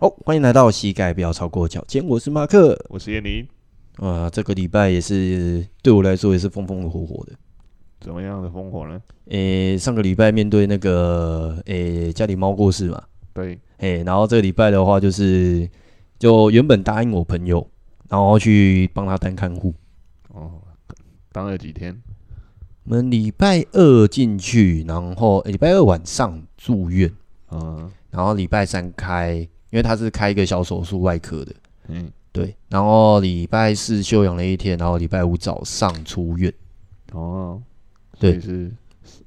好，欢迎来到膝盖不要超过脚尖，我是马克。 我是燕妮。 这个礼拜也是对我来说也是风风火火的。 怎么样的烽火呢？ 上个礼拜面对那个家里猫过世嘛， 对， 然后这个礼拜的话就原本答应我朋友，然后去帮他当看护。 哦，当了几天？ 我们礼拜二进去，然后礼拜二晚上住院，然后礼拜三开，因为他是开一个小手术外科的，对，然后礼拜四休养了一天，然后礼拜五早上出院。 哦， 对， 所以是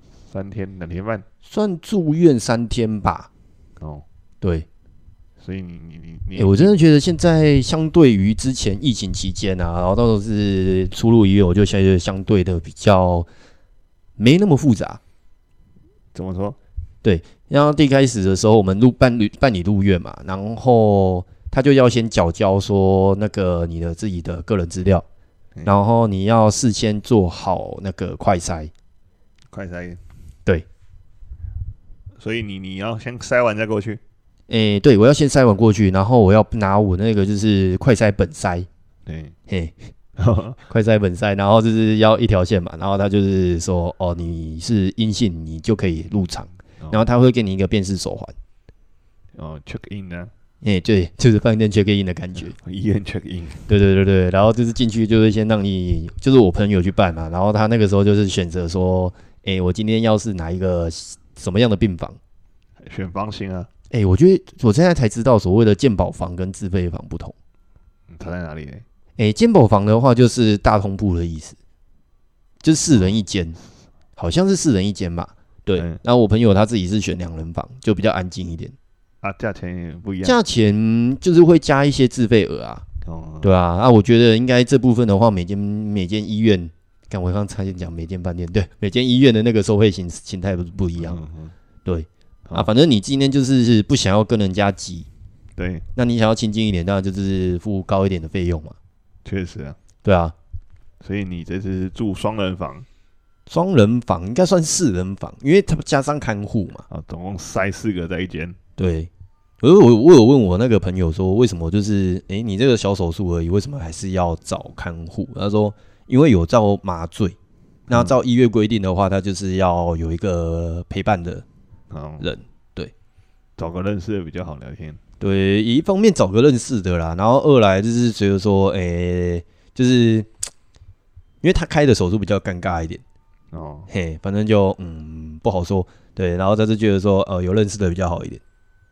3天2天半， 算住院3天吧。 哦， 对， 所以你， 我真的觉得现在相对于之前疫情期间啊，然后到时候是出入医院，我就觉得相对的比较没那么复杂。 怎么说？ 对，然后一开始的时候，我们办理入院嘛，然后他就要先缴交说那个你的自己的个人资料，然后你要事先做好那个快筛。 快筛？ 对。 所以你要先筛完再过去。 对，我要先筛完过去，然后我要拿我那个就是快筛本筛。 对， 快筛本筛，然后就是要一条线嘛，然后他就是说，哦，你是阴性，你就可以入场，然后他会给你一个辨识手环。 哦 ，check in 呢？ 对，就是饭店 check in 的感觉。 医院 check in。 对，然后就是进去就会先让你，就是我朋友去办嘛，然后他那个时候就是选择说，我今天要是哪一个什么样的病房， 选房型啊。 我觉得我现在才知道所谓的健保房跟自费房不同。 它在哪里呢？ 健保房的话就是大通铺的意思，就是4人1间，好像是4人1间吧。对，然后我朋友他自己是选2人房，就比较安静一点。 价钱也不一样。 价钱就是会加一些自费额啊。对啊，我觉得应该这部分的话，每间医院，看我刚才先讲每间饭店，对，每间医院的那个收费形态不一样。对，反正你今天就是不想要跟人家挤， 对， 那你想要亲近一点，当然就是付高一点的费用嘛。 确实啊。对啊， 所以你这次是住双人房。 双人房应该算4人房，因为他加上看护嘛。 总共塞4个在一间。对， 我有问我那个朋友说，为什么就是你这个小手术而已，为什么还是要找看护？他说，因为有照麻醉，那照医院规定的话，他就是要有一个陪伴的人。对， 找个认识的比较好聊天。 对，一方面找个认识的啦，然后二来就是觉得说，就是因为他开的手术比较尴尬一点。反正就不好说。对，然后他就觉得说，有认识的比较好一点。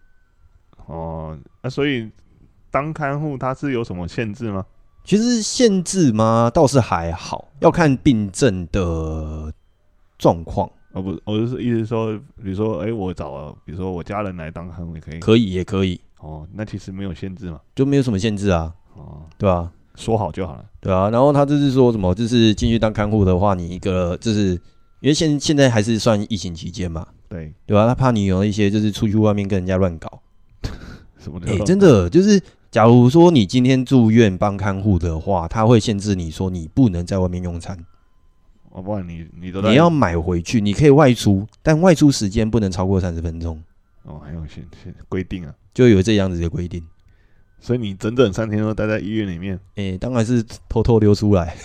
所以当看护他是有什么限制吗？ 其实限制吗？倒是还好，要看病症的状况。 不，我就是意思说，比如说，我找，比如说我家人来当看护也可以。 可以，也可以。 那其实没有限制嘛， 就没有什么限制啊。对啊， 说好就好了。对啊，然后他就是说什么，就是进去当看护的话，你一个就是因为现在还是算疫情期间嘛。对吧？他怕你有一些就是出去外面跟人家乱搞。 什么？ 真的就是，假如说你今天住院帮看护的话，他会限制你说你不能在外面用餐。 不然你要买回去，你可以外出，但外出时间不能超过30分钟。 还有规定啊， 就有这样子的规定。 所以你整整3天都待在医院里面。 当然是偷偷溜出来。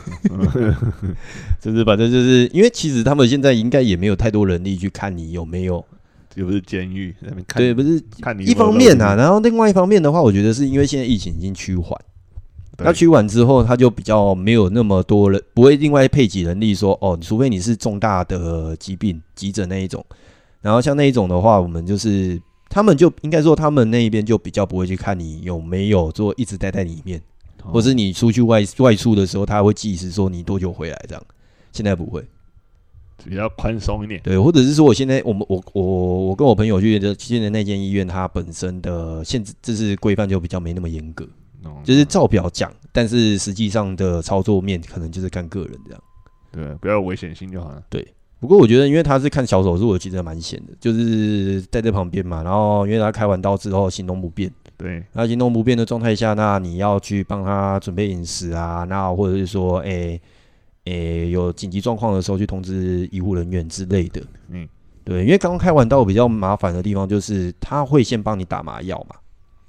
就是反正就是因为其实他们现在应该也没有太多人力去看你有没有。 又不是监狱那边看。 对，不是看你一方面啊，然后另外一方面的话，我觉得是因为现在疫情已经趋缓，那趋缓之后，他就比较没有那么多人，不会另外配给人力说，除非你是重大的疾病急诊那一种，然后像那一种的话，我们就是他们就应该说他们那一边就比较不会去看你有没有做一直待在里面，或是你出去外出的时候，他会计时说你多久回来这样，现在不会。 比较宽松一点。 对，或者是说我现在我跟我朋友去的现在那间医院，它本身的限制就是规范就比较没那么严格，就是照表讲，但是实际上的操作面可能就是看个人这样。 对，不要有危险性就好了。 对，不过我觉得因为他是看小手术，我其实蛮闲的，就是在这旁边嘛，然后因为他开完刀之后行动不便。对，那行动不便的状态下，那你要去帮他准备饮食啊，那或者是说，有紧急状况的时候去通知医护人员之类的。对，因为刚刚开完刀比较麻烦的地方就是他会先帮你打麻药嘛。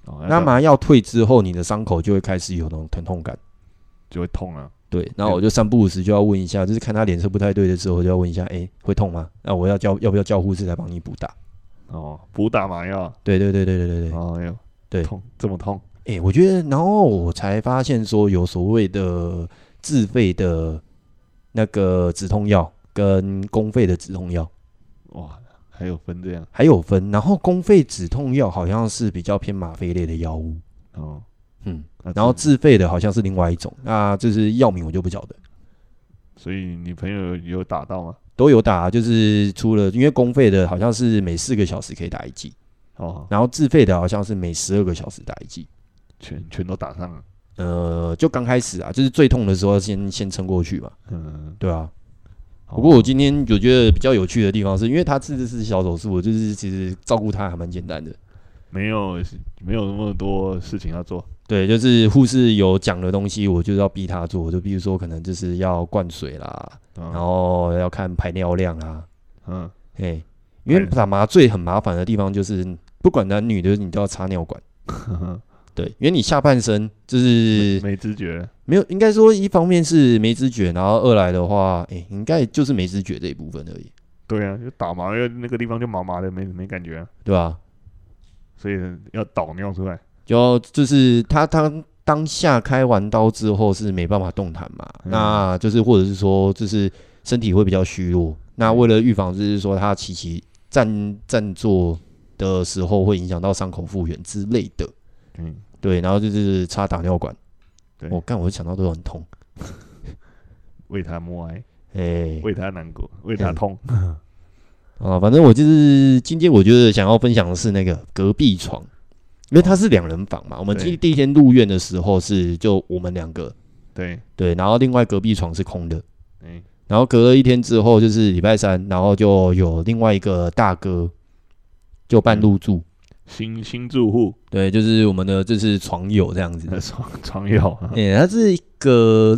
那麻药退之后，你的伤口就会开始有那种疼痛感， 就会痛啊。 对，然后我就3不5时就要问一下，就是看他脸色不太对的时候，就要问一下，会痛吗？那我要不要叫护士来帮你补打？ 补打麻药。 对。对， 痛这么痛？ 我觉得，然后我才发现说有所谓的自费的那个止痛药跟公费的止痛药。 哇，还有分这样？ 还有分，然后公费止痛药好像是比较偏吗啡类的药物。然后自费的好像是另外一种，那就是药名我就不晓得。 所以你朋友有打到吗？ 都有打，就是除了因为公费的好像是每4个小时可以打1剂，然后自费的好像是每12个小时打1剂， 全都打上了。 就刚开始啊，就是最痛的时候先撑过去嘛。对啊。不过我今天我觉得比较有趣的地方是，因为他这是小手术，就是其实照顾他还蛮简单的， 没有那么多事情要做。 对，就是护士有讲的东西，我就要逼他做。就比如说，可能就是要灌水啦，然后要看排尿量啦。因为打麻醉很麻烦的地方就是，不管男女的，你都要插尿管。对，因为你下半身就是没知觉， 没有，应该说一方面是没知觉，然后二来的话，应该就是没知觉这一部分而已。 对啊，就打麻药那个地方就麻麻的，没感觉啊， 对吧？ 所以要导尿出来。 就是他当下开完刀之后是没办法动弹嘛，那就是或者是说就是身体会比较虚弱。那为了预防，就是说他站坐的时候会影响到伤口复原之类的。对，然后就是插打尿管。我就想到都很痛， 为他默哀，为他难过，为他痛。 反正我就是今天我觉得想要分享的是那个隔壁床。因为它是2人房嘛，我们第一天入院的时候是就我们2个，对，然后另外隔壁床是空的，然后隔了1天之后就是礼拜3，然后就有另外一个大哥就搬入住， 新住户， 对，就是我们的就是床友这样子， 床友， 他是一个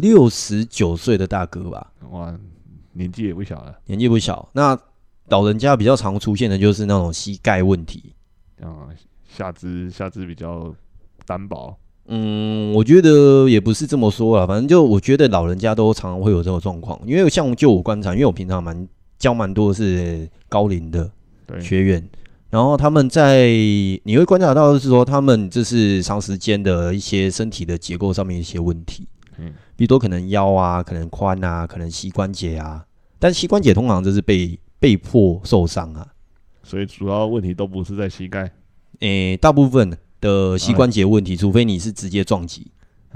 69岁的大哥吧， 哇，年纪也不小了， 年纪不小，那老人家比较常出现的就是那种膝盖问题， 下肢比较单薄。 我觉得也不是这么说啦，反正就我觉得老人家都常常会有这种状况，因为就我观察，因为我平常教蛮多是高龄的学员，然后他们你会观察到的是说，他们就是长时间的一些身体的结构上面一些问题，比如说可能腰啊，可能髋啊，可能膝关节啊，但膝关节通常就是被迫受伤啊， 所以主要问题都不是在膝盖。 大部分的膝关节问题，除非你是直接撞击，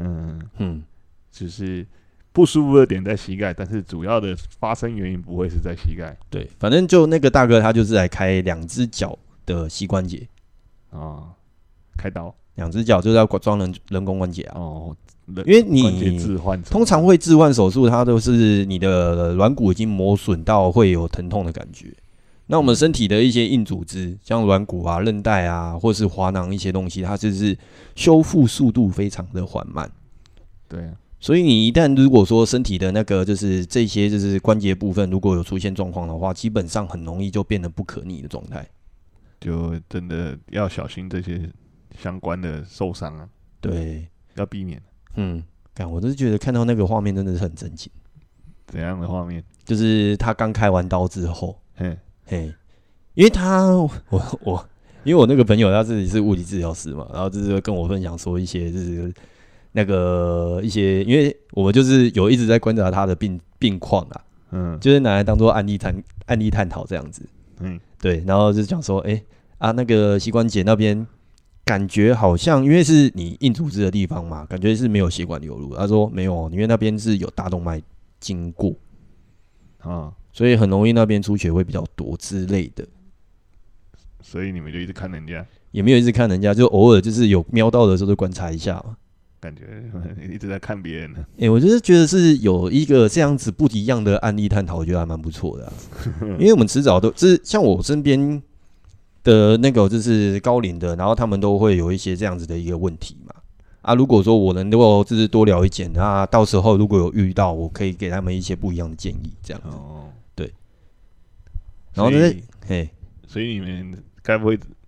就是不舒服的点在膝盖，但是主要的发生原因不会是在膝盖。 对，反正就那个大哥他就是来开2只脚的膝关节开刀 ，2只脚就是要装人工关节啊。因为你通常会置换手术，它都是你的软骨已经磨损到会有疼痛的感觉。那我们身体的一些硬组织，像软骨啊、韧带啊，或是滑囊一些东西，它就是修复速度非常的缓慢。 对啊， 所以你一旦如果说身体的那个就是这些就是关节部分如果有出现状况的话，基本上很容易就变得不可逆的状态。 就真的要小心这些相关的受伤啊。 对， 要避免。 我就是觉得看到那个画面真的是很震惊。 怎样的画面？ 就是他刚开完刀之后。因为因为我那个朋友他自己是物理治疗师嘛，然后就是跟我分享说一些就是那个一些，因为我们就是有一直在观察他的病况啊，就是拿来当做案例探讨这样子，对，然后就讲说，那个膝关节那边感觉好像因为是你硬组织的地方嘛，感觉是没有血管流入，他说没有，因为那边是有大动脉经过所以很容易那边出血会比较多之类的。 所以你们就一直看人家？ 也没有一直看人家，就偶尔就是有瞄到的时候就观察一下嘛。 感觉一直在看别人呢。 我就是觉得是有一个这样子不一样的案例探讨，我觉得还蛮不错的因为我们迟早都就是像我身边的那个就是高龄的，然后他们都会有一些这样子的一个问题嘛。如果说我能够就是多聊一点，那到时候如果有遇到，我可以给他们一些不一样的建议，这样子。对。然后呢， 所以你们该不会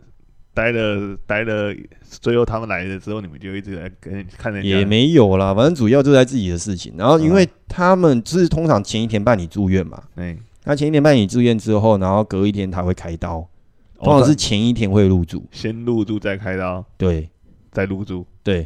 待了，最后他们来了之后，你们就一直来看人家。 也没有啦，反正主要就在自己的事情。然后因为他们就是通常前一天办理住院嘛，那前一天办理住院之后，然后隔一天他会开刀，通常是前一天会入住， 先入住再开刀， 对， 再入住， 对，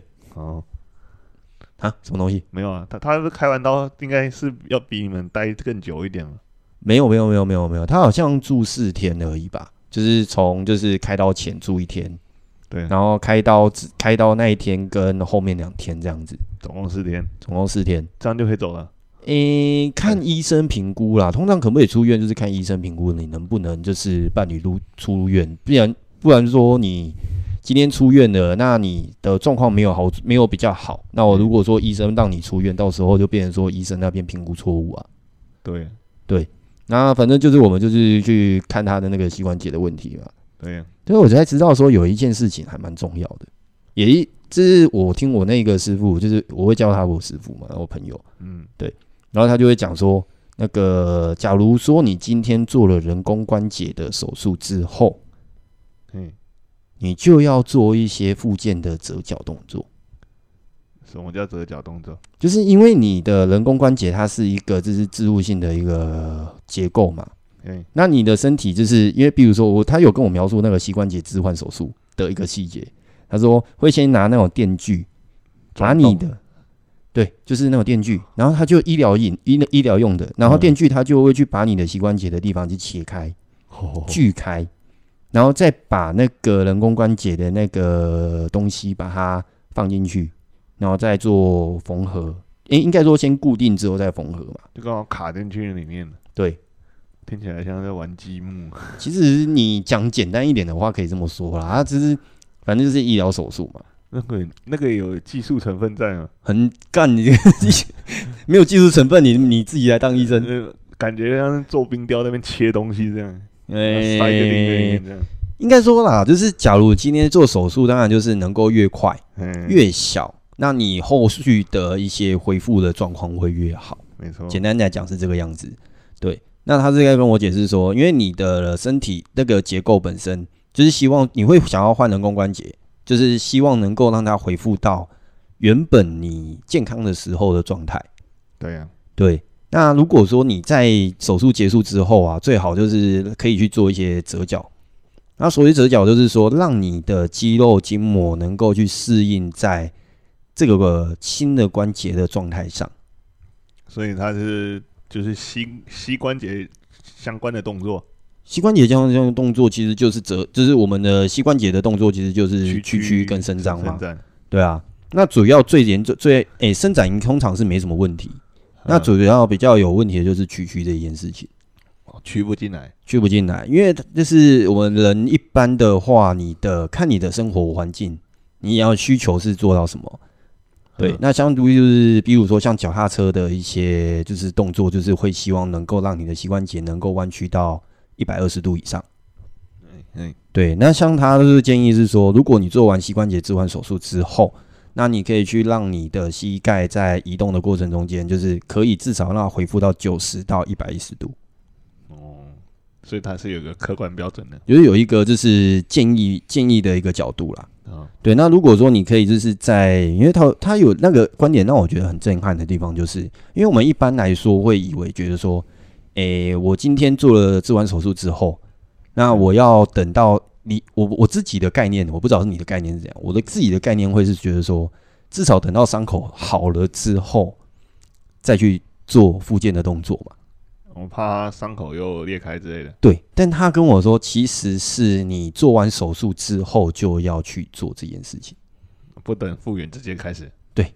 什么东西？ 没有啊，他开完刀应该是要比你们待更久一点了。 没有，他好像住4天而已吧，就是就是开刀前住1天， 对， 然后开刀那一天跟后面2天这样子， 总共4天， 这样就可以走了。 看医生评估啦，通常可不可以出院，就是看医生评估你能不能就是办理出院，不然说你今天出院了，那你的状况没有比较好，那我如果说医生让你出院，到时候就变成说医生那边评估错误啊。对，那反正就是我们就是去看他的那个膝关节的问题嘛。 对啊， 所以我才知道说有一件事情还蛮重要的，这是我听我那个师傅，就是我会叫他我师傅嘛，我朋友，对，然后他就会讲说，那个假如说你今天做了人工关节的手术之后，你就要做一些复健的折角动作。 什么叫折角动作？ 就是因为你的人工关节它是一个就是置入性的一个结构嘛，那你的身体就是因为比如说他有跟我描述那个膝关节置换手术的一个细节，他说会先拿那种电锯把你的，对，就是那种电锯，然后他就医疗用的，然后电锯他就会去把你的膝关节的地方去切开，锯开，然后再把那个人工关节的那个东西把它放进去，然后再做缝合，应该说先固定之后再缝合嘛， 就刚好卡进去里面了。对，听起来像在玩积木。 其实你讲简单一点的话，可以这么说啦，它只是反正就是医疗手术嘛。 那个有技术成分在吗？ 很干，你没有技术成分，你自己来当医生， 感觉像做冰雕那边切东西这样，塞一个零在里面这样。 应该说啦，就是假如今天做手术，当然就是能够越快越小，那你后续的一些恢复的状况会越好。 没错， 简单来讲是这个样子。对，那他是在跟我解释说，因为你的身体那个结构本身就是希望你会想要换人工关节，就是希望能够让它恢复到原本你健康的时候的状态。 对啊， 对。那如果说你在手术结束之后啊，最好就是可以去做一些折角。那所谓折角就是说，让你的肌肉筋膜能够去适应在这个新的关节的状态上。 所以它就是膝关节相关的动作。 膝关节相关的动作其实就是我们的膝关节的动作，其实就是屈跟伸张嘛。对啊，那主要最伸展通常是没什么问题。那主要比较有问题的就是屈这一件事情。 屈不进来， 因为就是我们人一般的话，看你的生活环境，你要需求是做到什么？对，那相对就是比如说像脚踏车的一些就是动作，就是会希望能够让你的膝关节能够弯曲到120度以上。对，那像他就是建议是说，如果你做完膝关节置换手术之后，那你可以去让你的膝盖在移动的过程中间，就是可以至少让它恢复到90到110度。 所以它是有个客观标准的， 就是有一个就是建议的一个角度啦。对，那如果说你可以就是因为他有那个观点让我觉得很震撼的地方，就是因为我们一般来说会觉得说，我今天做了置换手术之后，那我要等到我自己的概念，我不知道是你的概念是怎样，我的自己的概念会是觉得说，至少等到伤口好了之后，再去做复健的动作嘛。 我怕伤口又裂开之类的。 对，但他跟我说，其实是你做完手术之后就要去做这件事情， 不等复原直接开始。 对，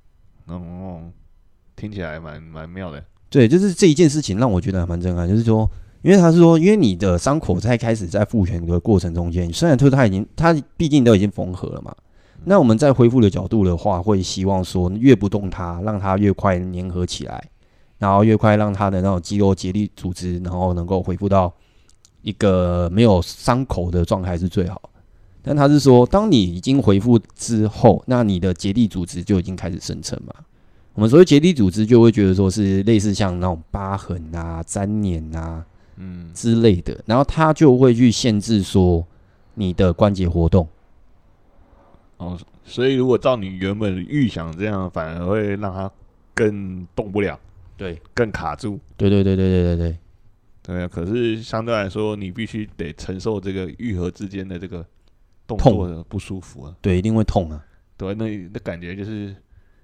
听起来蛮妙的。 对，就是这一件事情让我觉得还蛮震撼，就是说，因为你的伤口在开始在复原的过程中间，虽然说它毕竟都已经缝合了嘛，那我们在恢复的角度的话，会希望说越不动它，让它越快粘合起来。然后越快让它的那种肌肉结缔组织，然后能够恢复到一个没有伤口的状态是最好。但他是说，当你已经恢复之后，那你的结缔组织就已经开始生成嘛。我们所谓结缔组织，就会觉得说是类似像那种疤痕啊、粘连啊之类的，然后它就会去限制说你的关节活动。 哦，所以如果照你原本预想这样，反而会让它更动不了， 对， 更卡住。 对对对对对对对。 对啊，可是相对来说，你必须得承受这个愈合之间的这个动痛作的不舒服啊。 对，一定会痛啊。 对，那感觉就是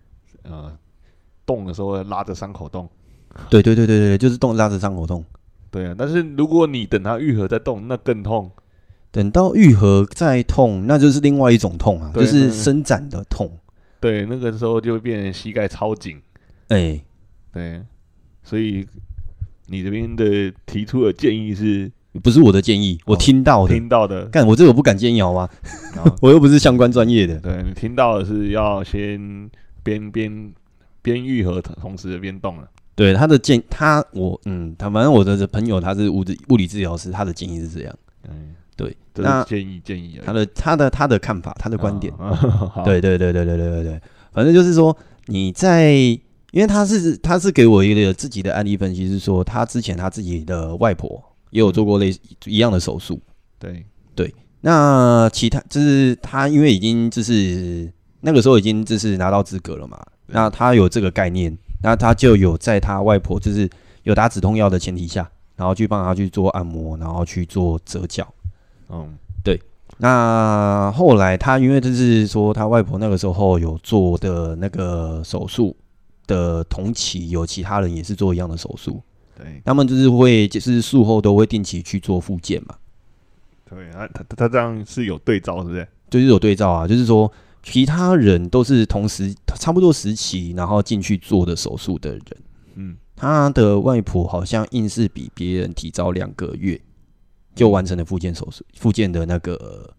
动的时候拉着伤口动。 对对对对对，就是拉着伤口痛。 对啊，但是如果你等它愈合再动，那更痛。 等到愈合再痛，那就是另外一种痛啊， 对就是伸展的痛。 对，那个时候就会变成膝盖超紧。 哎， 对，所以你这边的提出的建议是， 不是我的建议，我听到的。 听到的， 干，我这个我不敢建议好吗？我又不是相关专业的。 对，你听到的是要先边愈合，同时边动了。 对，他的建他反正我的朋友他是物理治疗师，他的建议是这样。对， 这是建议而已。 他的看法，他的观点。对对对对对对对对，反正就是说你在，因为他是给我一个自己的案例分析，是说他之前他自己的外婆也有做过类似一样的手术。 对对，那其他就是他因为已经就是那个时候已经就是拿到资格了嘛，那他有这个概念，那他就有在他外婆就是有打止痛药的前提下，然后去帮他去做按摩，然后去做折脚。对。那后来他因为就是说他外婆那个时候有做的那个手术的同期，有其他人也是做一样的手术， 对， 他们就是术后都会定期去做复健嘛。 对，他这样是有对照，是不是？ 就是有对照啊，就是说其他人都是同时差不多时期，然后进去做的手术的人，他的外婆好像硬是比别人提早2个月就完成了复健手术，复健的那个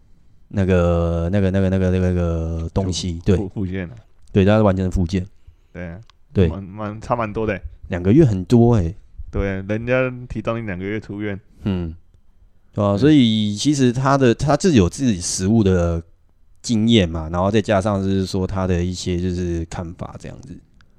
东西，对， 复健了， 对，他完成了复健， 对对， 差蛮多的 ，2个月很多对，人家提早你2个月出院， 对吧？所以其实他自己有自己实务的经验嘛，然后再加上就是说他的一些就是看法这样子，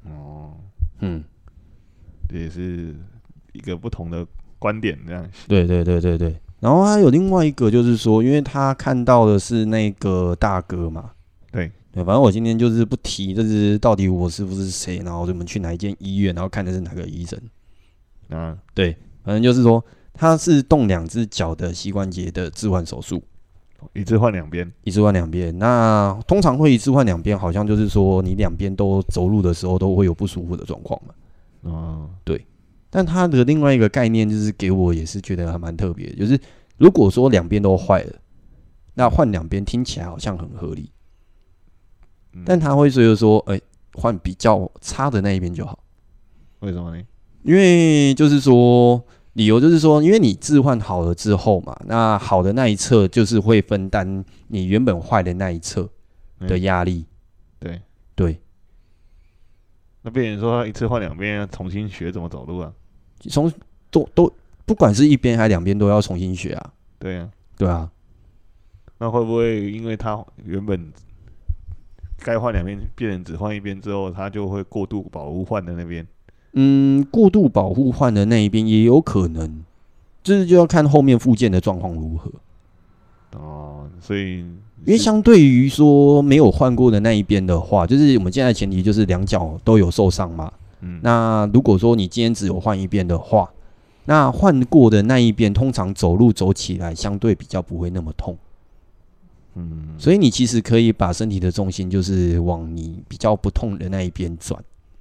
这也是一个不同的观点这样。 对对对对对。然后还有另外一个就是说，因为他看到的是那个大哥嘛， 对， 反正我今天就是不提，就是到底我是不是谁，然后我们去哪一间医院，然后看的是哪个医生。对，反正就是说他是动2只脚的膝关节的置换手术， 一次换2边， 一次换2边。那通常会一次换2边，好像就是说你2边都走路的时候都会有不舒服的状况嘛。对。但他的另外一个概念就是给我也是觉得还蛮特别的，就是如果说2边都坏了，那换2边听起来好像很合理，但他会觉得说，换比较差的那一边就好。 为什么呢？ 因为就是说，理由就是说，因为你置换好了之后嘛，那好的那一侧就是会分担你原本坏的那一侧的压力。对。 那别人说他一次换2边，要重新学怎么走路啊？ 都不管是一边还是2边都要重新学啊。 对啊， 对啊。 那会不会因为他原本该换2边，变成只换1边之后，他就会过度保护换的那边？ 过度保护换的那一边也有可能，就要看后面复健的状况如何。 所以因为相对于说没有换过的那一边的话，就是我们现在前提就是2脚都有受伤嘛。那如果说你今天只有换1边的话，那换过的那一边通常走路走起来相对比较不会那么痛。所以你其实可以把身体的重心就是往你比较不痛的那一边转。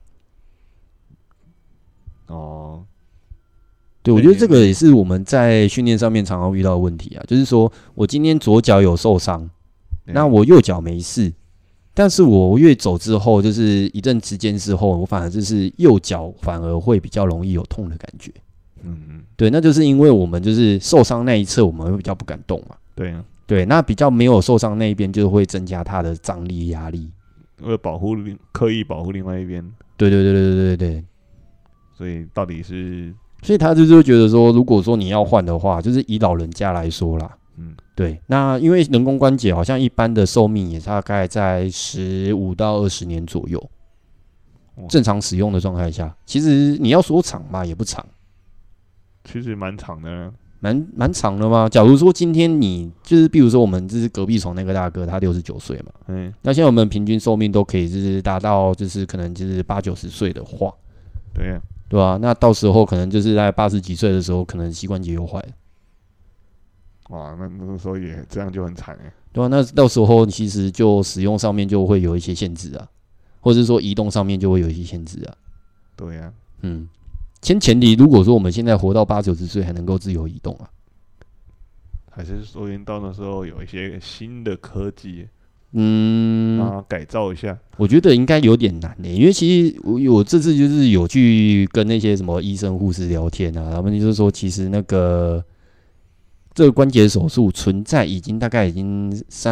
对，我觉得这个也是我们在训练上面常常遇到的问题啊，就是说我今天左脚有受伤，那我右脚没事，但是我越走之后，就是一阵时间之后，我反而就是右脚反而会比较容易有痛的感觉。对，那就是因为我们就是受伤那一侧，我们会比较不敢动嘛。对，那比较没有受伤那一边，就会增加它的张力压力， 为了刻意保护另外一边。 对。 所以到底是， 所以他就是会觉得说，如果说你要换的话，就是以老人家来说啦，对，那因为人工关节好像一般的寿命也大概在15到20年左右，正常使用的状态下，其实你要说长嘛，也不长， 其实蛮长的。 蛮长的嘛。假如说今天你就是，比如说我们就是隔壁床那个大哥，他69岁嘛，那现在我们平均寿命都可以就是达到就是可能就是80、90岁的话， 对呀， 对吧？那到时候可能就是在80几岁的时候，可能膝关节又坏了。 哇，那时候也这样就很惨哎。 对啊，那到时候其实就使用上面就会有一些限制啊，或者是说移动上面就会有一些限制啊。 对呀， 前提如果说我们现在活到80、90岁还能够自由移动啊， 还是说到那时候有一些新的科技，改造一下。 我觉得应该有点难因为其实我这次就是有去跟那些什么医生护士聊天啊，他们就是说其实那个这个关节手术存在大概已经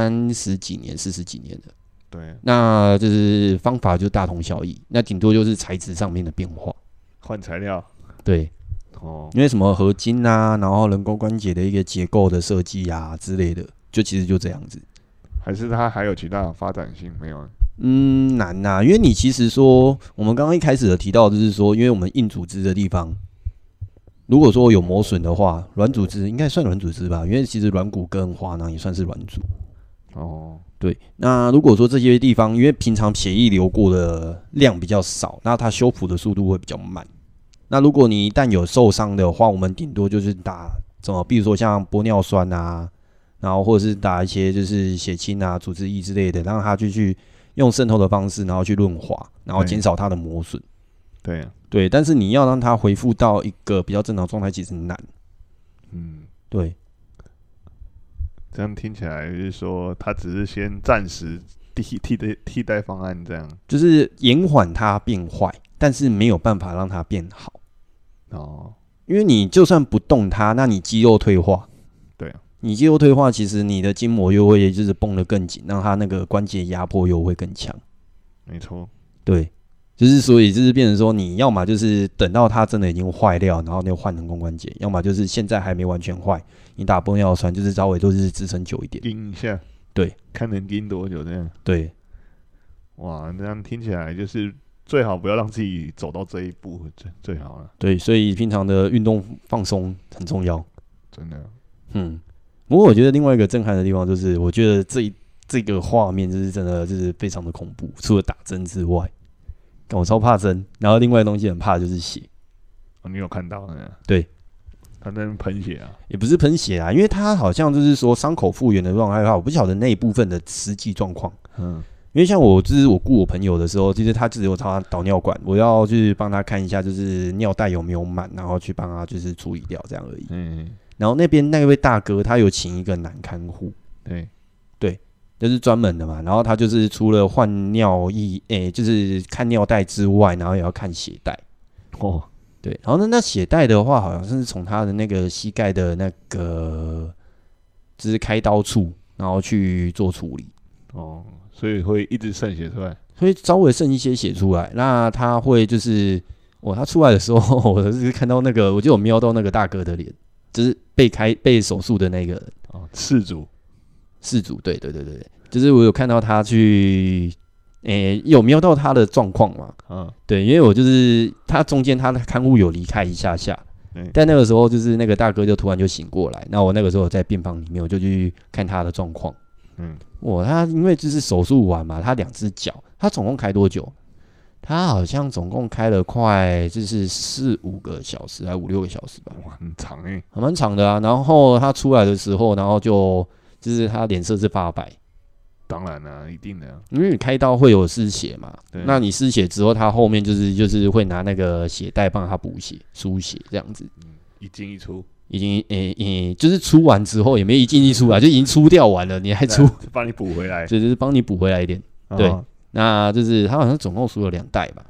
30几年、40几年了。 对， 那就是方法就大同小异，那顶多就是材质上面的变化， 换材料。 对，因为什么合金啊，然后人工关节的一个结构的设计啊之类的，就其实就这样子。 还是它还有其他的发展性没有？ 难啊，因为你其实说我们刚刚一开始的提到就是说，因为我们硬组织的地方，如果说有磨损的话，软组织应该算软组织吧，因为其实软骨跟滑囊也算是软组。对，那如果说这些地方，因为平常血液流过的量比较少，那它修复的速度会比较慢。那如果你一旦有受伤的话，我们顶多就是打比如说像玻尿酸啊，然后或者是打一些就是血清啊、组织液之类的，让它去用渗透的方式，然后去润滑，然后减少它的磨损。 对， 对，但是你要让它恢复到一个比较正常状态，其实难。对。 这样听起来就是说，它只是先暂时替代方案，这样就是延缓它变坏，但是没有办法让它变好。因为你就算不动它，那你肌肉退化， 对啊， 你肌肉退化，其实你的筋膜又会就是绷得更紧，让它那个关节压迫又会更强。 没错， 对，就是所以就是变成说，你要么就是等到它真的已经坏掉，然后你就换人工关节；要么就是现在还没完全坏，你打玻尿酸就是稍微都是支撑久一点， 盯一下， 对， 看能盯多久这样。 对， 哇，这样听起来就是最好不要让自己走到这一步，最好了。 对，所以平常的运动放松很重要， 真的。 不过我觉得另外一个震撼的地方就是，我觉得这个画面就是真的就是非常的恐怖，除了打针之外。我超怕针，然后另外的东西很怕就是血。 你有看到呢？ 对， 他在那喷血啊？ 也不是喷血啊，因为他好像就是说伤口复原的状态，我不晓得那一部分的实际状况。因为像我就是我顾我朋友的时候，其实他只有他导尿管，我要去帮他看一下，就是尿袋有没有满，然后去帮他就是处理掉这样而已。然后那边那位大哥他有请一个男看护，对，就是专门的嘛。然后他就是除了换尿液，就是看尿袋之外，然后也要看血袋。对，然后那血袋的话，好像是从他的那个膝盖的那个就是开刀处，然后去做处理。 所以会一直渗血出来， 会稍微渗一些血出来。那他会就是他出来的时候，我是看到那个，我就有瞄到那个大哥的脸，就是被手术的那个人。 事主， 对，就是我有看到他去，有瞄到他的状况嘛？对，因为我就是他中间他的看护有离开一下下，但那个时候就是那个大哥就突然就醒过来，那我那个时候在病房里面，我就去看他的状况。他因为就是手术完嘛，他2只脚，他总共开多久？他好像总共开了快就是4、5个小时，还5、6个小时吧。 哇，很长还蛮长的啊。然后他出来的时候，然后就是他脸色是发白。 当然啦，一定的， 因为你开刀会有失血嘛。那你失血之后，他后面就是会拿那个血袋帮他补血、输血这样子。 一进一出。 已经就是出完之后也没一进一出啊，就已经出掉完了，你还出， 帮你补回来， 就是帮你补回来一点。对，那就是他好像总共输了2袋吧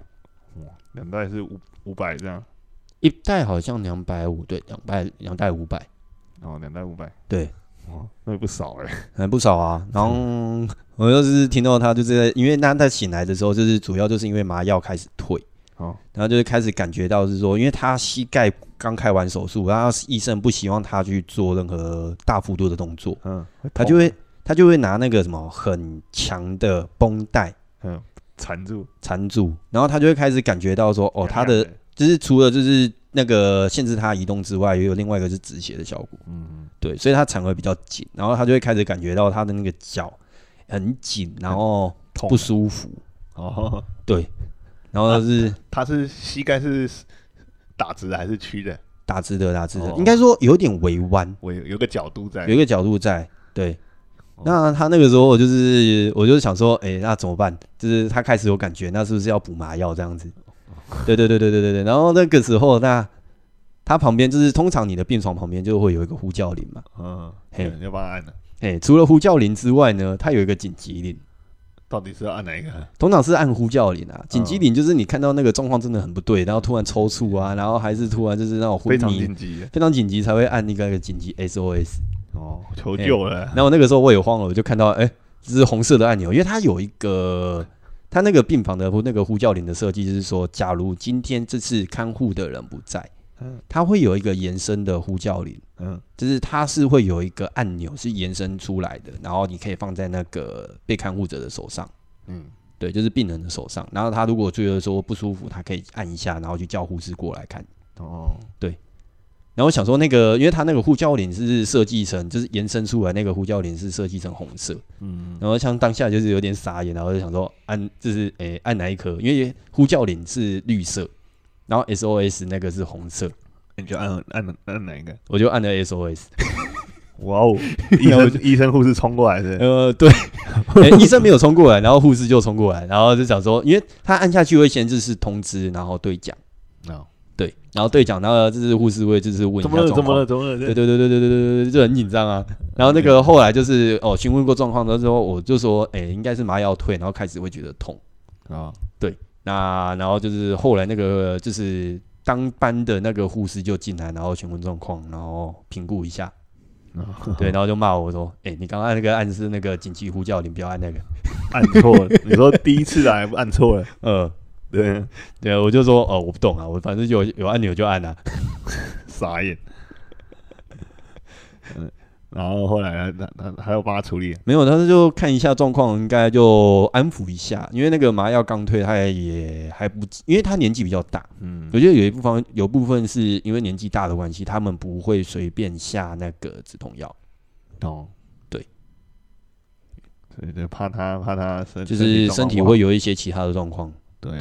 ，2袋是500这样 ，1袋好像250，对，2袋500，2 袋500， 对， 那也不少很不少啊。然后我就是听到他就是因为他醒来的时候，就是主要就是因为麻药开始退。然后就是开始感觉到是说，因为他膝盖刚开完手术，然后医生不希望他去做任何大幅度的动作，他就会拿那个什么很强的绷带， 缠住， 然后他就会开始感觉到说，他的就是除了就是那个限制它移动之外，也有另外一个是止血的效果。对，所以它肠胃比较紧，然后它就会开始感觉到它的那个脚很紧，然后不舒服。 哦， 对，然后是它是膝盖是打直的还是曲的？ 打直的，应该说有点微弯， 有个角度在， 有一个角度在。对，那他那个时候我就想说，那怎么办？就是他开始有感觉，那是不是要补麻药这样子？对。然后那个时候，那他旁边就是通常你的病床旁边就会有一个呼叫铃嘛， 你要帮他按了。 除了呼叫铃之外呢，它有一个紧急铃。 到底是要按哪一个？ 通常是按呼叫铃啊，紧急铃就是你看到那个状况真的很不对，然后突然抽搐啊，然后还是突然就是那种昏迷，非常紧急才会按那个紧急 SOS。 求救了。 然后那个时候我也慌了，我就看到这是红色的按钮，因为它有一个，它那个病房的那个呼叫铃的设计就是说，假如今天这次看护的人不在，它会有一个延伸的呼叫铃，就是它是会有一个按钮是延伸出来的，然后你可以放在那个被看护者的手上，对，就是病人的手上，然后他如果觉得说不舒服，他可以按一下，然后去叫护士过来看，对。然后我想说那个，因为它那个呼叫铃是设计成，就是延伸出来那个呼叫铃是设计成红色，然后像当下就是有点傻眼，然后就想说就是按哪一颗，因为呼叫铃是绿色，然后 SOS 那个是红色， 你就按哪一个？ 我就按了 SOS。 哇哦！医生护士冲过来的。 对，医生没有冲过来，然后护士就冲过来，然后就想说，因为他按下去会先就是通知，然后对讲。对，然后对讲，然后就是护士会就是问一下状况， 怎么了？ 对，就很紧张啊。然后那个后来就是询问过状况的时候，我就说，应该是麻药退，然后开始会觉得痛啊。对，那然后就是后来那个就是当班的那个护士就进来，然后询问状况，然后评估一下。对，然后就骂我说，你刚刚按那个按是那个紧急呼叫铃，不要按那个， 按错了。你说第一次来按错了， 对，我就说我不懂啊，我反正有按钮就按啊， 傻眼。然后后来他要帮他处理， 没有，他就看一下状况，应该就安抚一下，因为那个麻药刚退，他也还不，因为他年纪比较大，我觉得有部分是因为年纪大的关系，他们不会随便下那个止痛药，对， 所以就怕他就是身体会有一些其他的状况，对。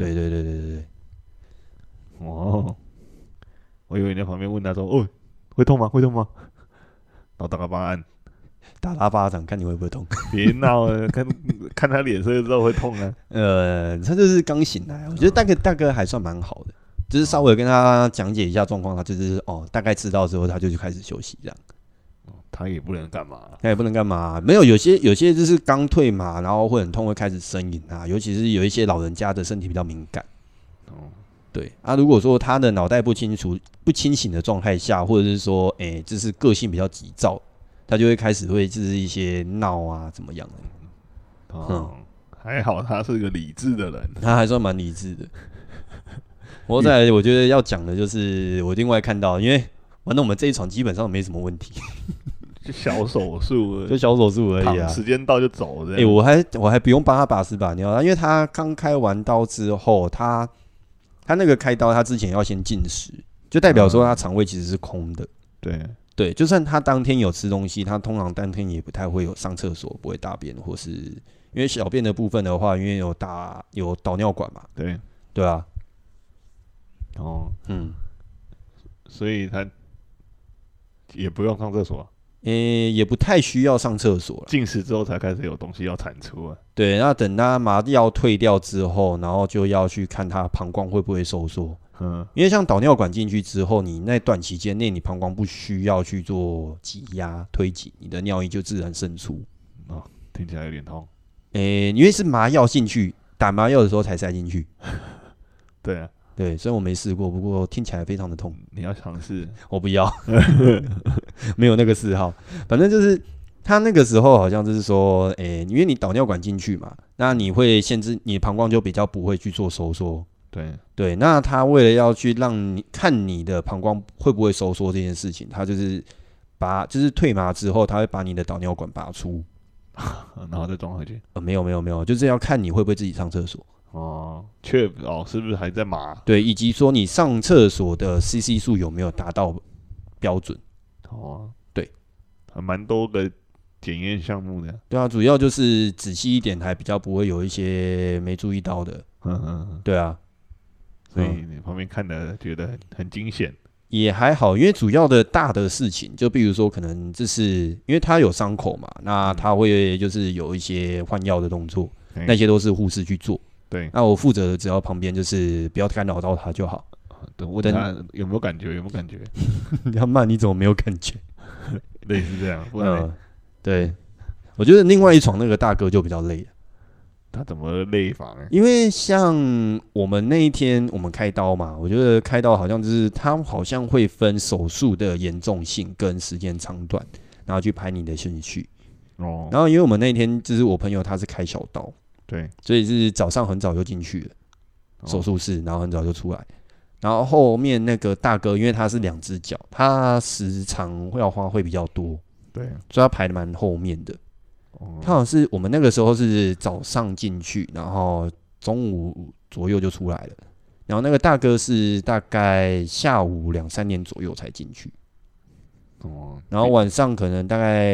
我以为你在旁边问他说，会痛吗？然后大概帮他按， 打他巴掌，看你会不会痛。 别闹了，看他脸色就知道会痛啊。 他就是刚醒来，我觉得大哥还算蛮好的，就是稍微跟他讲解一下状况，他就是大概知道之后，他就开始休息这样。 他也不能干嘛， 没有，有些就是刚退嘛，然后会很痛，会开始呻吟啊，尤其是有一些老人家的身体比较敏感。对啊，如果说他的脑袋不清醒的状态下，或者是说，就是个性比较急躁，他就会开始会就是一些闹啊，怎么样的。 还好他是个理智的人， 他还算蛮理智的。再来，我觉得要讲的就是我另外看到，因为反正我们这一场基本上没什么问题， 就小手术而已啊， 时间到就走的。 我还不用帮他把屎把尿，因为他刚开完刀之后，他那个开刀，他之前要先进食，就代表说他肠胃其实是空的。对，就算他当天有吃东西，他通常当天也不太会有上厕所，不会大便，或是因为小便的部分的话，因为有导尿管嘛。对啊。 所以他也不用上厕所。 也不太需要上厕所了。 进食之后才开始有东西要产出啊。 对，那等他麻药退掉之后，然后就要去看他膀胱会不会收缩。因为像导尿管进去之后，你那短期间内你膀胱不需要去做挤压推挤，你的尿液就自然渗出。 听起来有点痛。 因为是麻药进去，打麻药的时候才塞进去。对，虽然我没试过，不过听起来非常的痛。 你要尝试？ 我不要，没有那个嗜好。反正就是他那个时候好像就是说，因为你导尿管进去嘛，那你会限制你膀胱就比较不会去做收缩。对，那他为了要去让你看你的膀胱会不会收缩这件事情，他就是就是退麻之后，他会把你的导尿管拔出， 然后再装回去。 没有，就是要看你会不会自己上厕所。 确是不是还在麻？ 对，以及说你上厕所的 CC 数有没有达到标准？对， 还蛮多个检验项目的。 对啊，主要就是仔细一点，还比较不会有一些没注意到的。对啊， 所以你旁边看的觉得很惊险。 也还好，因为主要的大的事情，就比如说可能就是因为他有伤口嘛，那他会就是有一些换药的动作，那些都是护士去做。 对， 那我负责的只要旁边就是不要干扰到他就好。 问他有没有感觉？ 你要慢，你怎么没有感觉？ 类似这样，不然对，我觉得另外一床那个大哥就比较累了。 他怎么累法呢？ 因为像我们那一天我们开刀嘛，我觉得开刀好像就是他好像会分手术的严重性跟时间长短，然后去排你的顺序。然后因为我们那一天就是我朋友他是开小刀， 对， 所以是早上很早就进去了手术室，然后很早就出来。然后后面那个大哥，因为他是2只脚，他时长要花会比较多， 对， 所以他排的蛮后面的。他好像是我们那个时候是早上进去，然后中午左右就出来了。然后那个大哥是大概下午2、3点左右才进去。然后晚上可能大概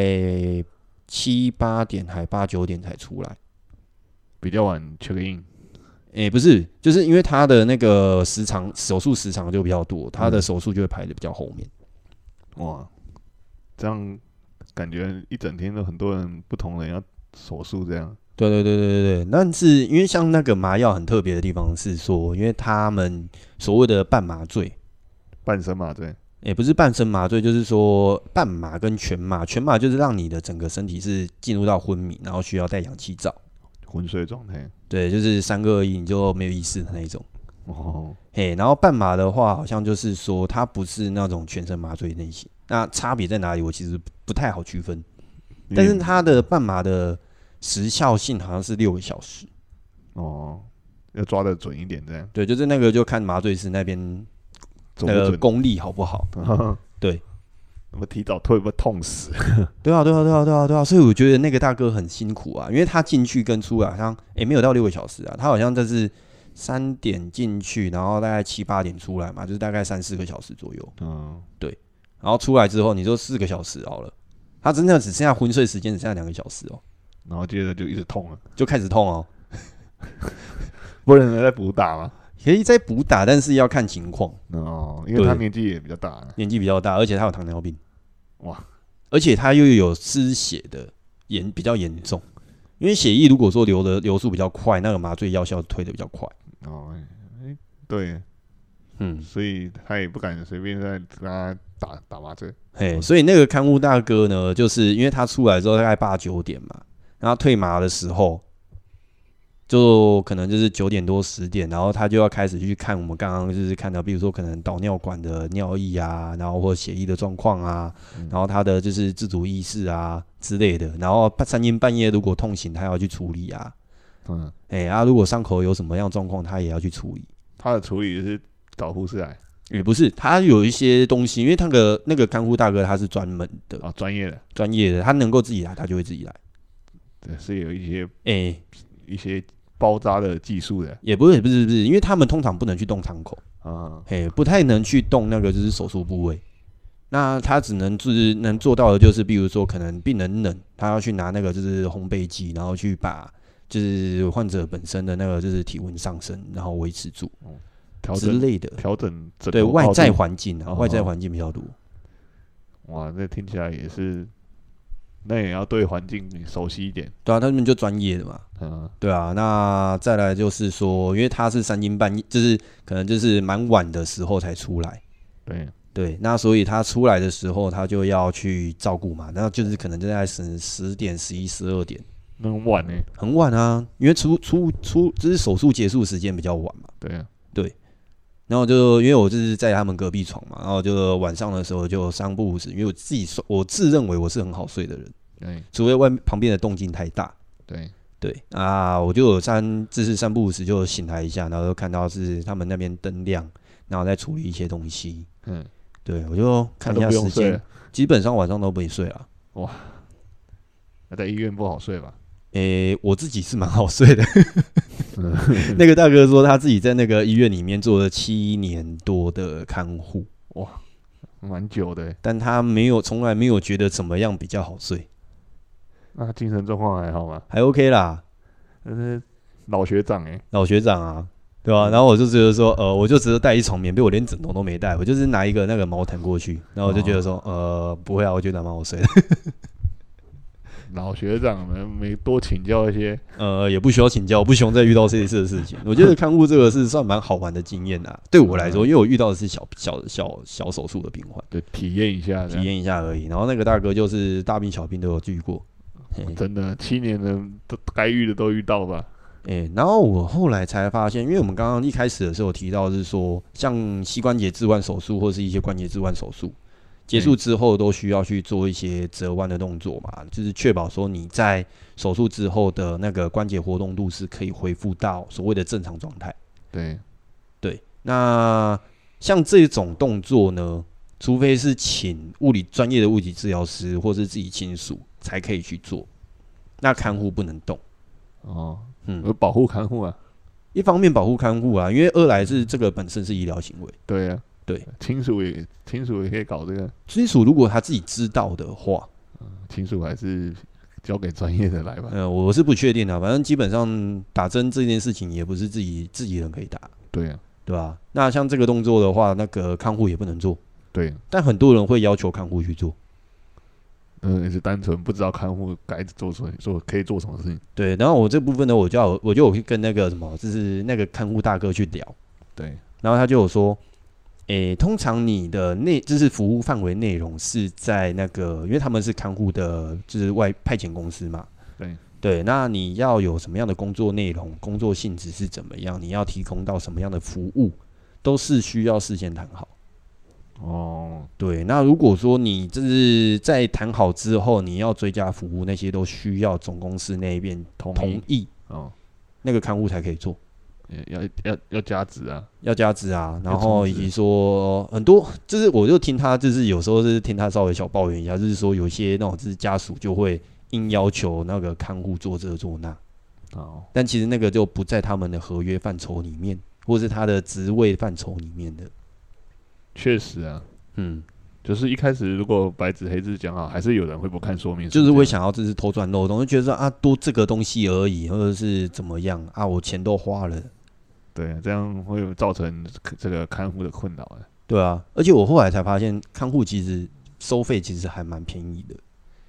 7、8点还8、9点才出来， 比较晚 check in。 不是，就是因为他的那个手术时长就比较多，他的手术就会排的比较后面。 哇，这样感觉一整天都很多人不同人要手术这样。 对，但是因为像那个麻药很特别的地方是说，因为他们所谓的半麻醉、 半身麻醉， 不是半身麻醉，就是说半麻跟全麻。全麻就是让你的整个身体是进入到昏迷，然后需要带氧气罩， 昏睡状态。 对，就是3个2、1你就没有意识的那一种。然后半麻的话，好像就是说它不是那种全身麻醉类型。那差别在哪里？我其实不太好区分。但是它的半麻的时效性好像是6个小时。 要抓得准一点这样。 对，就是那个就看麻醉师那边那个功力好不好。对， 那么提早退会不会痛死？ 对啊，所以我觉得那个大哥很辛苦啊，因为他进去跟出来好像没有到6个小时啊，他好像就是3点进去，然后大概7、8点出来嘛，就是大概3、4个小时左右。对，然后出来之后你就4个小时好了，他真的只剩下昏睡时间只剩下2个小时哦， 然后接着就一直痛了， 就开始痛哦。 不能再补打吗？ 可以再补打，但是要看情况。 因为他年纪也比较大， 年纪比较大，而且他有糖尿病。 哇！ 而且他又有失血的比较严重，因为血液如果说流速比较快，那个麻醉药效退的比较快。 对，所以他也不敢随便再跟他打麻醉。 所以那个看护大哥呢，就是因为他出来之后大概8、9点嘛，然后退麻的时候，就可能就是9点多10点，然后他就要开始去看我们刚刚就是看到，比如说可能导尿管的尿液啊，然后或血液的状况啊，然后他的就是自主意识啊之类的，然后3更半夜如果痛醒，他要去处理啊。如果伤口有什么样状况，他也要去处理。 他的处理是找护士来？ 也不是，他有一些东西，因为那个看护大哥他是专门的专业的， 他能够自己来，他就会自己来。 对，是有一些包扎的技术的， 也不是，因为他们通常不能去动伤口不太能去动那个就是手术部位。那他只能就是能做到的就是，比如说可能病人冷，他要去拿那个就是烘焙机，然后去把就是患者本身的那个就是体温上升，然后维持住之类的调整对外在环境外在环境比较多。 哇，这听起来也是，那也要对环境熟悉一点。 对啊，他们就专业的嘛。对啊，那再来就是说，因为他是3更半夜，就是可能就是蛮晚的时候才出来。对，那所以他出来的时候，他就要去照顾嘛，那就是可能就在10点、11、12点。 那很晚很晚啊，因为就是手术结束时间比较晚嘛。对，然后就因为我就是在他们隔壁床嘛，然后就晚上的时候就3不5时，因为我自认为我是很好睡的人，除非旁边的动静太大。对啊，我就有就是3不5时就醒来一下，然后就看到是他们那边灯亮，然后再处理一些东西。对，我就看一下时间，基本上晚上都不会睡啊。 哇，那在医院不好睡吧？ 我自己是蛮好睡的。 那个大哥说他自己在那个医院里面做了7年多的看护， 哇，蛮久的。 但他从来没有觉得怎么样比较好睡。 那他精神状况还好吗？ 还 OK 啦， 老学长老学长啊，对吧？然后我就觉得说，我就只是带一床棉被，我连枕头都没带，我就是拿一个那个毛毯过去，然后我就觉得说，不会啊，我觉得蛮好睡的。 老学长们没多请教一些， 也不需要请教，我不希望再遇到这一次的事情。我觉得看护这个是算蛮好玩的经验啊，对我来说，因为我遇到的是小手术的病患， 对，体验一下而已。然后那个大哥就是大病小病都有遇过， 真的7年的都该遇的都遇到吧。 然后我后来才发现，因为我们刚刚一开始的时候提到是说，像膝关节置换手术或是一些关节置换手术。结束之后都需要去做一些折弯的动作嘛，就是确保说你在手术之后的那个关节活动度是可以恢复到所谓的正常状态。对，那像这种动作呢，除非是请专业的物理治疗师或是自己亲属才可以去做，那看护不能动。 有保护看护啊， 一方面保护看护啊，因为二来是这个本身是医疗行为。 对啊。 对， 亲属也可以搞这个。 亲属如果他自己知道的话， 亲属还是交给专业的来吧。 我是不确定的，反正基本上打针这件事情也不是自己人可以打。 对啊， 对吧？那像这个动作的话，那个看护也不能做。 对， 但很多人会要求看护去做。 也是单纯不知道看护该可以做什么事情。 对，然后我这部分呢，我就有跟那个什么，就是那个看护大哥去聊。 对， 然后他就有说。通常你的就是服务范围内容是在那个，因为他们是看护的，就是外派遣公司嘛。对，那你要有什么样的工作内容、工作性质是怎么样，你要提供到什么样的服务，都是需要事先谈好。对，那如果说你就是在谈好之后，你要追加服务，那些都需要总公司那边同意，那个看护才可以做。 要加值啊， 然后以及说很多，就是我就听他，就是有时候是听他稍微小抱怨一下，就是说有些那种就是家属就会硬要求那个看护做这做那，但其实那个就不在他们的合约范畴里面，或是他的职位范畴里面的。 确实啊，就是一开始如果白纸黑字讲好，还是有人会不看说明书， 就是会想要就是偷赚漏洞，就觉得说啊多这个东西而已，或者是怎么样啊，我钱都花了。 对，这样会造成这个看护的困扰。 对啊，而且我后来才发现，看护其实收费其实还蛮便宜的。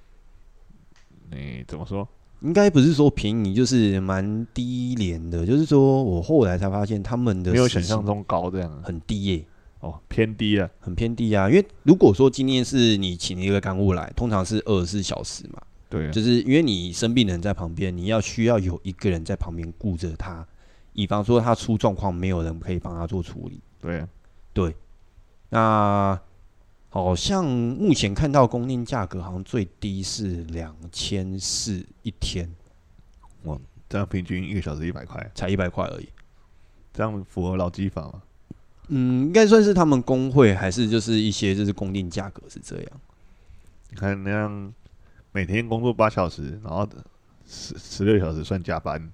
你怎么说？ 应该不是说便宜，就是蛮低廉的。就是说我后来才发现，他们的没有想象中高，这样很低耶。 偏低啊， 很偏低啊。因为如果说今天是你请一个看护来，通常是24小时嘛。 对， 就是因为你生病的人在旁边，你需要有一个人在旁边顾着他。以防说他出状况，没有人可以帮他做处理。对，那好像目前看到公定价格，好像最低是2400一天。 哇，这样平均1个小时100块， 才100块而已。 这样符合劳基法吗？ 应该算是他们工会，还是就是一些就是公定价格是这样。 你看那样，每天工作8小时，然后16小时算加班。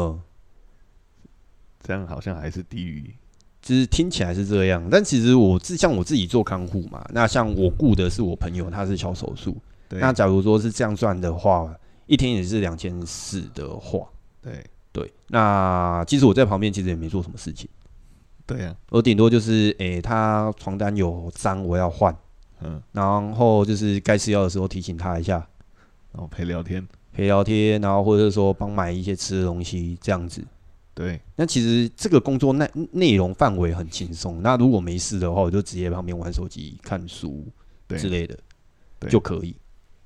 这样好像还是低于， 就是听起来是这样，但其实像我自己做看护嘛，那像我雇的是我朋友，他是小手术，那假如说是这样算的话，一天也是2400的话，对，那其实我在旁边其实也没做什么事情， 对啊， 我顶多就是他床单有脏我要换，然后就是该吃药的时候提醒他一下， 然后陪聊天， 然后或者说帮买一些吃的东西这样子。 对， 那其实这个工作内容范围很轻松。那如果没事的话，我就直接旁边玩手机、看书之类的就可以。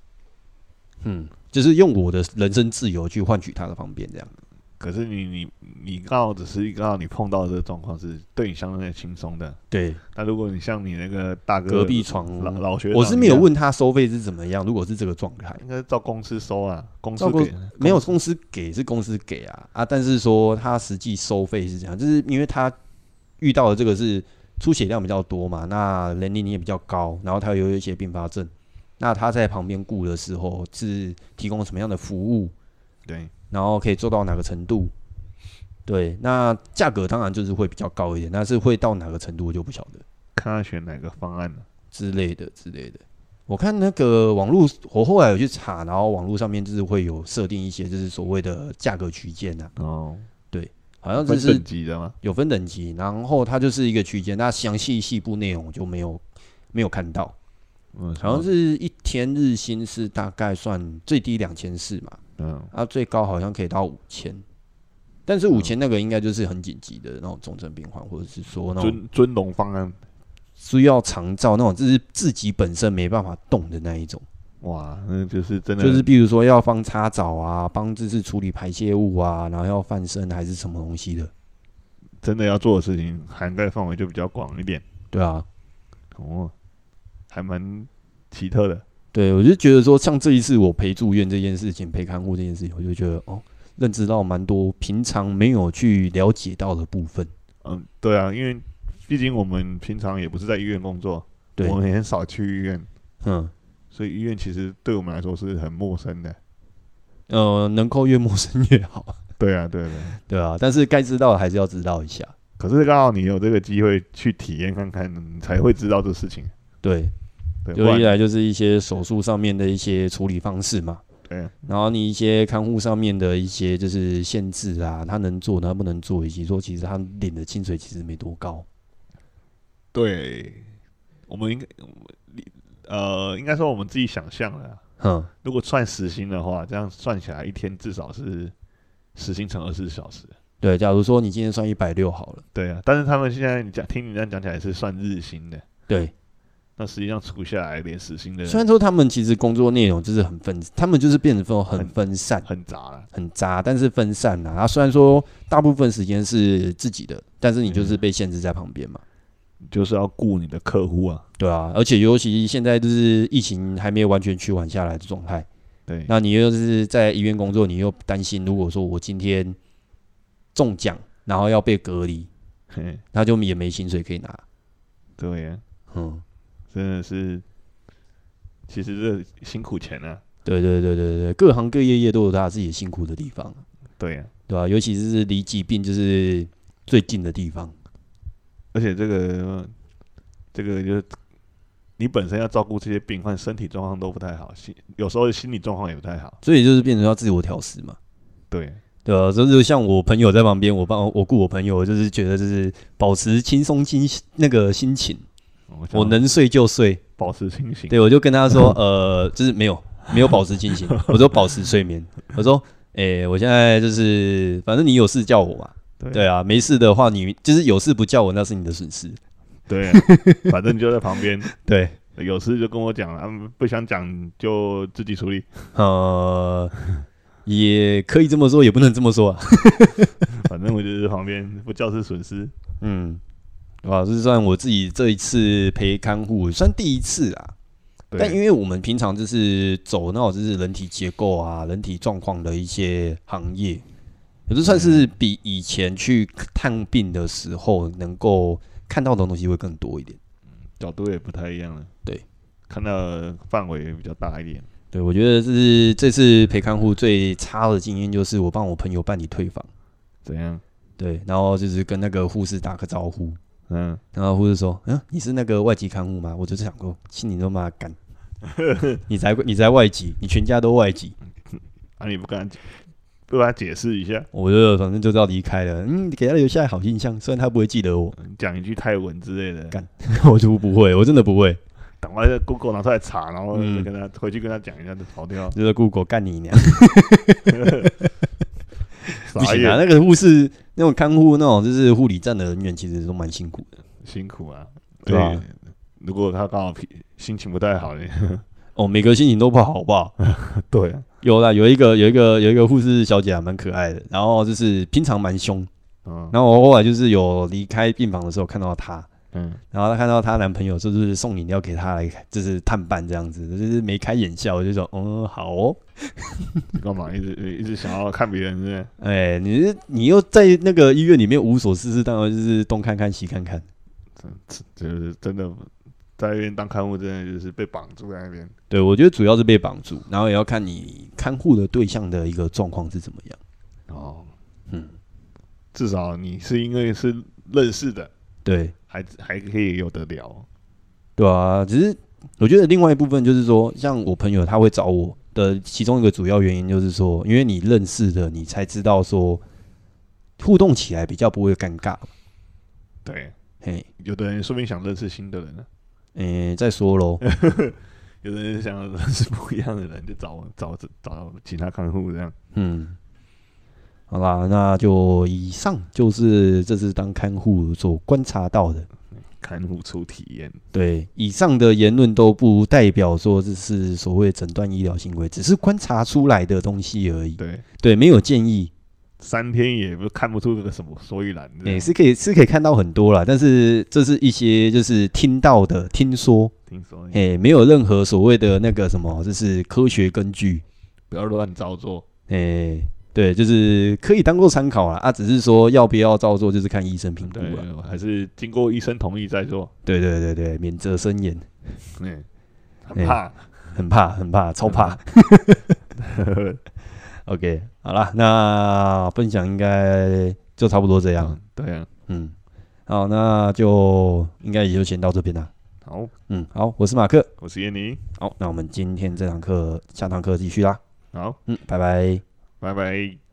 就是用我的人身自由去换取他的方便，这样。 可是你刚好只是刚好你碰到的这个状况是对你相对轻松的， 对。 那如果你像你那个大哥隔壁床老学长， 我是没有问他收费是怎么样。如果是这个状态， 应该照公司收啊，公司给没有公司给是公司给啊，但是说他实际收费是这样，就是因为他遇到的这个是出血量比较多嘛，那年龄也比较高，然后他有一些并发症，那他在旁边顾的时候是提供什么样的服务？ 对。 然后可以做到哪个程度？ 对，那价格当然就是会比较高一点，但是会到哪个程度我就不晓得， 看他选哪个方案了之类的。我看那个网络，我后来有去查，然后网络上面就是会有设定一些就是所谓的价格区间啊。 哦， 对，好像就是分等级的吗？ 有分等级，然后它就是一个区间，那详细细部内容我就没有看到。好像是一天日薪是大概算最低2400嘛，最高好像可以到5000，但是5000那个应该就是很紧急的那种重症病患，或者是说那种尊荣方案。 需要长照那种，就是自己本身没办法动的那一种。 哇，那就是真的， 就是比如说要帮擦澡啊，帮就是处理排泄物啊，然后要翻身还是什么东西的， 真的要做的事情涵盖范围就比较广一点。 对啊， 还蛮奇特的。 对，我就觉得说，像这一次我陪住院这件事情，陪看护这件事情，我就觉得认知到蛮多平常没有去了解到的部分。 对啊，因为毕竟我们平常也不是在医院工作，我们也很少去医院，所以医院其实对我们来说是很陌生的。 能够越陌生越好。 对啊， 但是该知道的还是要知道一下。 可是刚好你有这个机会去体验看看，你才会知道这事情。 对，就一来就是一些手术上面的一些处理方式嘛。 对， 然后你一些看护上面的一些就是限制啊，他能做，他不能做，以及说其实他领的薪水其实没多高。 对，我们应该说我们自己想象的。如果算时薪的话，这样算起来一天至少是时薪乘24小时。 对，假如说你今天算160好了。 对啊，但是他们现在听你这样讲起来是算日薪的。 对， 那实际上除下来连时薪的， 虽然说他们其实工作内容就是他们就是变成很分散、 很杂了， 很杂，但是分散啦。虽然说大部分时间是自己的，但是你就是被限制在旁边嘛。 就是要顾你的客户啊。 对啊，而且尤其现在就是疫情还没有完全趋缓下来的状态。 对， 那你又是在医院工作，你又担心，如果说我今天中奖，然后要被隔离，那就也没薪水可以拿。 对呀，真的是，其实这辛苦钱啊。 对，各行各业都有他自己辛苦的地方。 对呀， 对吧？尤其是离疾病就是最近的地方。 而且这个就是你本身要照顾这些病患，身体状况都不太好，有时候心理状况也不太好， 所以就是变成要自我调试嘛。 对啊，就是像我朋友在旁边，我顾我朋友，就是觉得就是保持轻松那个心情，我能睡就睡， 保持清醒。 对，我就跟他说，就是没有保持清醒，我说保持睡眠。我说，我现在就是反正你有事叫我嘛。对啊，没事的话，你就是有事不叫我，那是你的损失。 对，反正你就在旁边。 对， 有事就跟我讲，不想讲就自己处理。 也可以这么说，也不能这么说啊。 反正我就是旁边，不叫是损失。 这算我自己这一次陪看护，算第一次啊。但因为我们平常就是走那种就是人体结构啊、人体状况的一些行业。也就算是比以前去探病的时候能够看到的东西会更多一点， 角度也不太一样了。 对， 看到的范围也比较大一点。 对，我觉得这次陪看护最差的经验就是我帮我朋友办理退房。 怎样？ 对，然后就是跟那个护士打个招呼， 然后护士说：“你是那个外籍看护吗？”我就是想说，心里都骂干，你才外籍，你全家都外籍， 你不跟他解释一下， 我就反正就要离开了。给他留下好印象，虽然他不会记得我， 讲一句泰文之类的， 干，我就不会，我真的不会。 赶快在 Google 拿出来查，然后回去跟他讲一下就跑掉。 就在 Google 干你娘！不行啊，那个护士、那种看护、那种就是护理站的人员，其实都蛮辛苦的。 辛苦啊， 对啊。 如果他刚好心情不太好呢？ 每个心情都不好，好不好？ 对啊。 有啦，有一个护士小姐还蛮可爱的，然后就是平常蛮凶，然后我后来就是有离开病房的时候看到她，然后她看到她男朋友就是送饮料给她来，就是探班这样子，就是眉开眼笑，我就说好哦。 你干嘛一直想要看别人是不是？ 你又在那个医院里面无所事事，当然就是东看看西看看， 就是真的。在医院当看护，真的就是被绑住在那边。 对，我觉得主要是被绑住，然后也要看你看护的对象的一个状况是怎么样。 至少你是因为是认识的， 对， 还可以有得聊， 对啊。只是我觉得另外一部分就是说，像我朋友他会找我的其中一个主要原因就是说，因为你认识的，你才知道说互动起来比较不会尴尬。 对， 嘿， 有的人说不定想认识新的人呢， 再说咯。 有的人想认识不一样的人，就找其他看护这样。 好啦，那就以上就是这次当看护所观察到的。 看护初体验。 对，以上的言论都不代表说这是所谓诊断医疗行为，只是观察出来的东西而已。对，没有建议。 3天也不看不出这个什么所以然。 是可以看到很多啦，但是这是一些就是听到的、听说，没有任何所谓的那个什么，就是科学根据， 不要乱照做。 对，就是可以当做参考啦，只是说要不要照做，就是看医生评估啦， 还是经过医生同意再做。 对，免责申言。 很怕， 超怕。OK， 好啦，那分享应该就差不多这样。 对啊， 好，那就应该也就先到这边啦。 好， 好，我是马克， 我是燕妮。 好，那我们今天这堂课，下堂课继续啦。 好， 拜拜。 拜拜。